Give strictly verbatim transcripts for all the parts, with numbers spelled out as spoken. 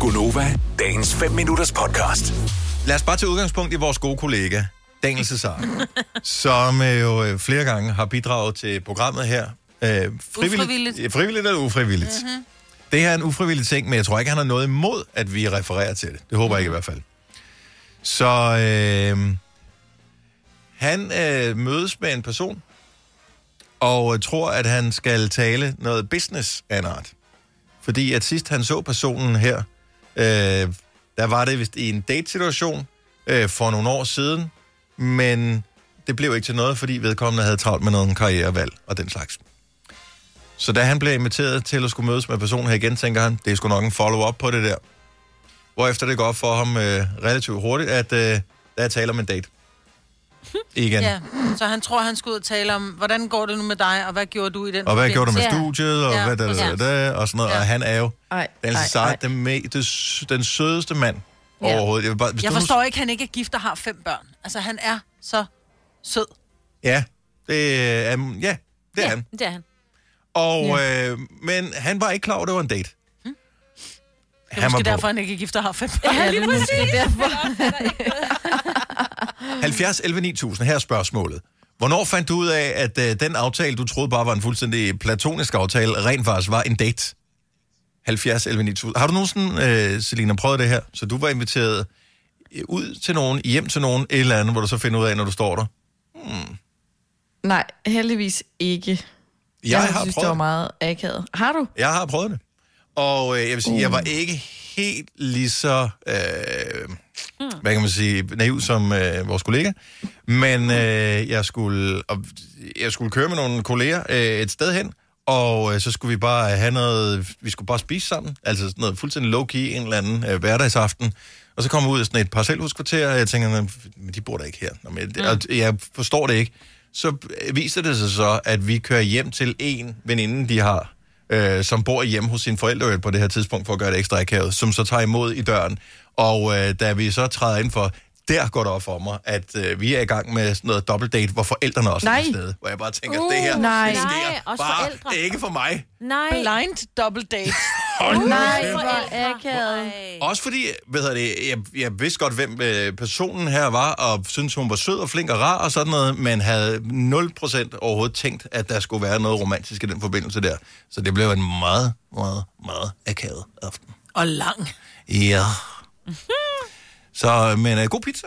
Gunova, dagens fem minutters podcast. Lad os bare tage udgangspunkt i vores gode kollega, Daniel Cesar, som øh, jo flere gange har bidraget til programmet her. Øh, frivilligt, Ufrivilligt. Frivilligt eller ufrivilligt. Mm-hmm. Det her er en ufrivillig ting, men jeg tror ikke, han har noget imod, at vi refererer til det. Det håber jeg ikke i hvert fald. Så øh, han øh, mødes med en person, og tror, at han skal tale noget business af en art. Fordi at sidst han så personen her, øh, der var det vist i en date-situation øh, for nogle år siden, men det blev ikke til noget, fordi vedkommende havde travlt med noget karrierevalg og den slags. Så da han blev inviteret til at skulle mødes med personen her igen, tænker han, det er sgu nok en follow-up på det der. Hvorefter det går op for ham øh, relativt hurtigt, at øh, der er tale om en date. Igen. Ja, så han tror, han skal ud og tale om, hvordan går det nu med dig, og hvad gjorde du i den Og hvad gjorde du med ja. studiet, og Ja, hvad der, der, der, og sådan noget. Ja. Og han er jo Ej, den, ej, sej, ej. den, me, det, den sødeste mand Ja. overhovedet. Jeg, vil bare, hvis Jeg du nu- forstår ikke, at han ikke er gift og har fem børn. Altså, han er så sød. Ja, det er, um, ja, det er Ja, han. det er han. Og, ja. øh, men han var ikke klar over, at det var en date. Det er Han måske var på. derfor, han ikke er gift og har fem børn. Ja, lige præcis. Derfor. halvfjerds elleve ni tusind, her er spørgsmålet. Hvornår fandt du ud af, at øh, den aftale, du troede bare var en fuldstændig platonisk aftale, rent faktisk var en date? halvfjerds elleve ni tusind. Har du nogensinde, øh, Selina, prøvet det her? Så du var inviteret øh, ud til nogen, hjem til nogen, et eller andet, hvor du så finder ud af, når du står der? Hmm. Nej, heldigvis ikke. Jeg, Jeg jeg har synes, prøvet det var meget akavet. Har du? Jeg har prøvet det. Og øh, jeg vil sige, uh. jeg var ikke helt lige så, øh, mm. hvad kan man sige, naiv som øh, vores kollega. Men øh, jeg, skulle, og, jeg skulle køre med nogle kolleger øh, et sted hen, og øh, så skulle vi bare have noget, vi skulle bare spise sammen. Altså sådan noget fuldstændig low-key, en eller anden øh, hverdagsaften. Og så kom vi ud af sådan et parcelhuskvarter, og jeg tænker, men de bor der ikke her. Nå, men, mm. og jeg forstår det ikke. Så viser det sig så, at vi kører hjem til en veninde, de har, øh, som bor hjemme hos sine forældre på det her tidspunkt, for at gøre det ekstra akavet, som så tager imod i døren. Og øh, da vi så træder ind for, der går det op for mig, at øh, vi er i gang med sådan noget dobbeltdate, hvor forældrene også Nej. er til stede. Hvor jeg bare tænker, Uh, det her, nej. det sker Nej, også bare forældre. ikke for mig. Nej. Blind double date. Hold nu Nej, kæft. hvor akavet. Også fordi, ved jeg, det, jeg, jeg vidste godt, hvem øh, personen her var, og syntes, hun var sød og flink og rar og sådan noget, men havde nul procent overhovedet tænkt, at der skulle være noget romantisk i den forbindelse der. Så det blev en meget, meget, meget akavet aften. Og lang. Ja. Så, men uh, god pizza.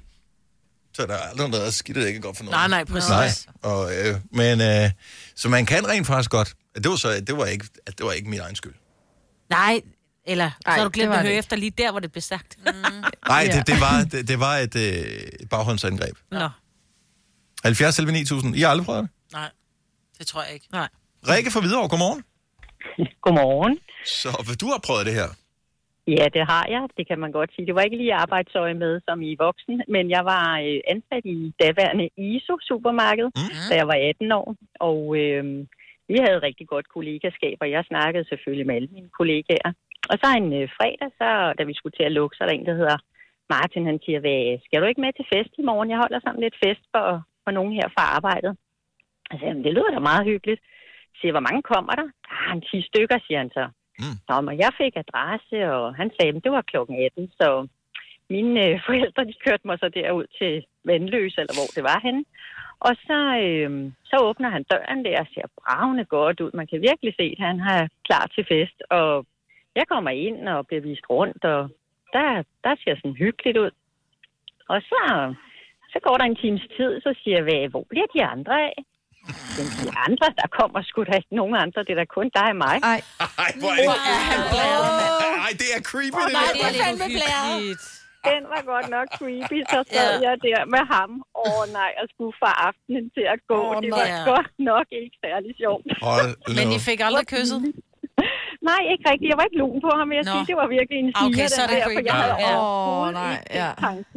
Så der er aldrig noget, der er skidt, det ikke er godt for noget. Nej, nej, præcis. Nej. Og, øh, men, øh, så man kan rent faktisk godt. Det var, så, det var, ikke, det var ikke min egen skyld. Nej, eller så Ej, har du det glemt var at det høre ikke. efter lige der, hvor det blev sagt. Mm. Nej, Ja. det, det, var, det, det var et, øh, et baghåndsangreb. Nå, halvfjerds elleve ni tusind. I har aldrig prøvet det? Nej, det tror jeg ikke. nej. Rikke fra Hvidovre, godmorgen. Godmorgen. Så du har prøvet det her. Ja, det har jeg. Det kan man godt sige. Det var ikke lige arbejdsøje med som i voksen, men jeg var øh, ansat i daværende I S O-supermarked, Mm. da jeg var atten år. Og øh, vi havde rigtig godt kollegaskab, og jeg snakkede selvfølgelig med alle mine kollegaer. Og så en øh, fredag, så, da vi skulle til at lukke, så er der en, der hedder Martin. Han siger, hvad, skal du ikke med til fest i morgen? Jeg holder sådan lidt fest for, for nogen her fra arbejdet. Jeg siger, det lyder da meget hyggeligt. Jeg siger, hvor mange kommer der? Ah, en ti stykker, siger han så. Mm. Nå, men jeg fik adresse, og han sagde, at det var klokken atten, så mine øh, forældre, de kørte mig så derud til Vandløs, eller hvor det var henne. Og så, øh, så åbner han døren der og ser bravende godt ud. Man kan virkelig se, at han er klar til fest. Og jeg kommer ind og bliver vist rundt, og der, der ser sådan hyggeligt ud. Og så, så går der en times tid, så siger jeg, hvad, hvor bliver de andre af? Men de andre, der kommer sgu da ikke nogen andre. Det er da kun dig og mig. Ej, Ej, hvor er Hvor er han glad, mand. Ej, det er creepy, det Nej, der. det er lidt uhyggeligt. Den var godt nok creepy, så sad Ja. jeg der med ham. Åh oh, nej, og skulle fra aftenen til at gå. Åh, Det var nej. godt nok ikke særlig sjovt. Hold Men nu. I fik aldrig kysset? Nej, ikke rigtigt. Jeg var ikke lun på ham, vil jeg Nå. sige. Det var virkelig en Ah, okay, stiger, så er den det der, for creepy. jeg havde Ja. overhovedet Åh, nej, ikke ja. tænkt tanken.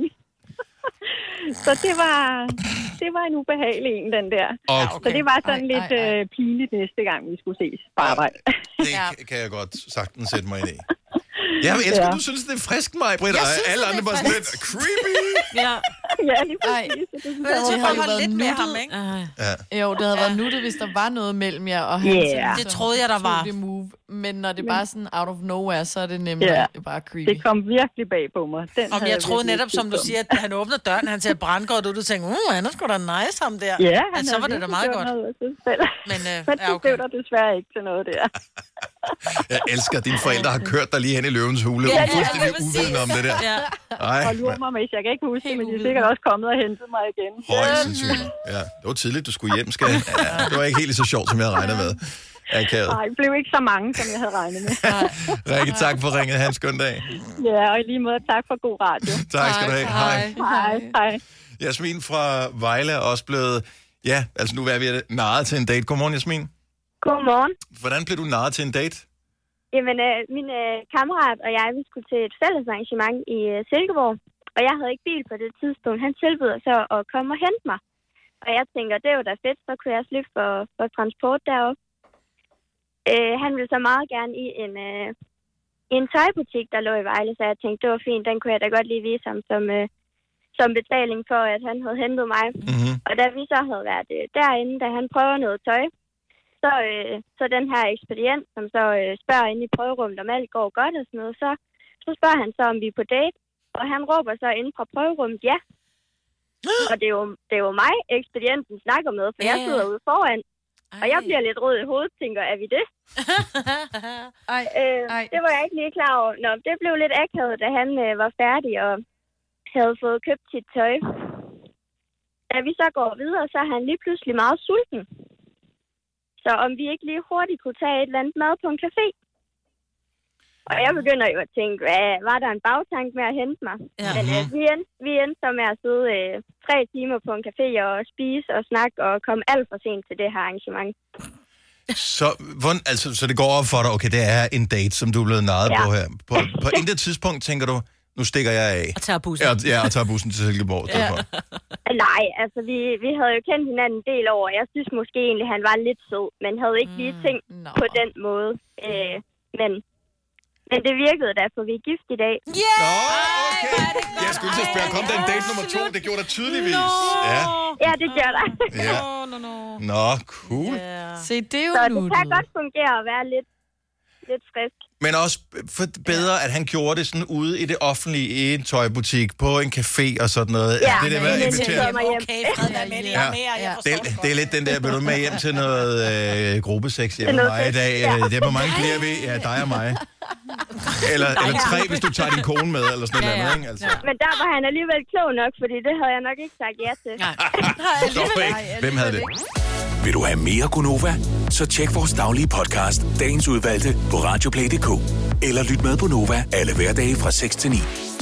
Så det var, det var en ubehagelig en, den der. Og Ja, okay. Så det var sådan Ej, lidt ej, ej. øh, pinligt næste gang, vi skulle ses på arbejde. det kan jeg godt sagtens sætte mig ind i. Jeg elsker, Ja. du synes, det er frisk, mig, Britt, Jeg og synes, alle det er andre bare sådan lidt frisk. creepy. Ja. Ja, lige Ej. præcis. Så det synes Men jeg jeg var tror havde bare jo holde været lidt med ham, nuttet. ikke? Ja. jo, det havde Ja. været nuttet, hvis der var noget mellem jer, og han Ja. sådan Det ligesom troede jeg, der tog var. det move. men når det bare er sådan out of nowhere, så er det nemlig Ja. bare creepy. Det kom virkelig bag på mig. Den Om havde jeg troede virkelig netop, ikke som du set siger, at han åbner døren, han ser brandgodt ud, du tænker, uh, han er sgu da nice, ham der. Ja, Men så var det da meget godt. Men, Men, øh, men ja, det okay. blev der desværre ikke til noget der. Jeg elsker, at dine forældre har kørt dig lige hen i løvens hule. Ja, Ja, ja, fuldstændig lige præcis. uvidende om det der. Ja. Ej, Og lurer mig, hvis jeg kan ikke huske det, men de er sikkert også kommet og hentet mig igen. højst sandsynligt. Ja, det var tidligt, du skulle hjem, skal. Ja, det var ikke helt så sjovt, som jeg havde regnet med. Akavet. Nej, det blev ikke så mange, som jeg havde regnet med. Rikke, tak for ringet. Ha' en skøn dag. Ja, og i lige måde tak for god radio. Tak skal du have. Hej. Hej, hej. Jasmin fra Vejle er også blevet... Ja, altså nu er vi narret til en date. Godmorgen, Jasmin. Godmorgen. Hvordan blev du narret til en date? Jamen, øh, min øh, kammerat og jeg, vi skulle til et fælles arrangement i øh, Silkeborg, og jeg havde ikke bil på det tidspunkt. Han tilbød så at komme og hente mig. Og jeg tænker, det var da fedt, så kunne jeg slippe for, for transport deroppe. Øh, han ville så meget gerne i en, øh, en tøjbutik, der lå i Vejle, så jeg tænkte, det var fint, den kunne jeg da godt lige vise ham som, øh, som betaling for, at han havde hentet mig. Mm-hmm. Og da vi så havde været øh, derinde, da han prøver noget tøj, så, øh, så den her ekspedient, som så øh, spørger inde i prøverummet, om alt går godt og sådan noget, så, så spørger han så, om vi er på date, og han råber så inde fra prøverummet, ja. Og det er, jo, det er jo mig, ekspedienten snakker med, for jeg sidder ude foran, og jeg bliver lidt rød i hovedet, tænker, er vi det? Ej, Øh, ej. det var jeg ikke lige klar over. Nå, det blev lidt akavet, da han øh, var færdig og havde fået købt sit tøj. Da vi så går videre, så er han lige pludselig meget sulten. Så om vi ikke lige hurtigt kunne tage et eller andet mad på en café. Og jeg begynder jo at tænke, hvad, var der en bagtank med at hente mig? Ja. Men øh, vi, endte, vi endte så med at sidde øh, tre timer på en café og spise og snakke og komme alt for sent til det her arrangement. Så, hvordan, altså, så det går op for dig, okay, det er en date, som du er blevet narret Ja. på her. På, på intet tidspunkt tænker du, nu stikker jeg af. Og tager bussen. Ja, ja, og tager bussen til Silkeborg. Ja. Nej, altså vi, vi havde jo kendt hinanden en del over. Jeg synes måske egentlig, han var lidt sød, men havde ikke lige tænkt Mm, nå. på den måde. Øh, men, men det virkede da, for vi er gift i dag. Nå, okay. Jeg skulle til at spørge, kom der en date nummer to? Det gjorde der tydeligvis. Ja. Ja, det gør der. Ja. Åh, no, no. Nå, cool. Se, det er jo Så det nuttet. kan godt fungere at være lidt, lidt frisk. Men også for bedre, at han gjorde det sådan ude i det offentlige, i en tøjbutik, på en café og sådan noget. Ja, det der med at men det invitere. sidder mig hjem. Okay, fred være med det. Jeg er mere, jeg Ja. forstår Det, det det er lidt den der, vil du med hjem til noget øh, gruppesex hjemme med noget mig i sex, dag? ja. Ja. Det er, hvor mange bliver vi? Ja, dig og mig. Eller, eller tre, hvis du tager din kone med, eller sådan Ja, noget ja. andet, ikke? Altså. Men der var han alligevel klog nok, fordi det havde jeg nok ikke sagt ja til. Nej. Dog ikke. Hvem havde det? Vil du have mere Gunova? Så tjek vores daglige podcast, dagens udvalgte, på radioplay punktum d k. Eller lyt med på Nova alle hverdage fra seks til ni.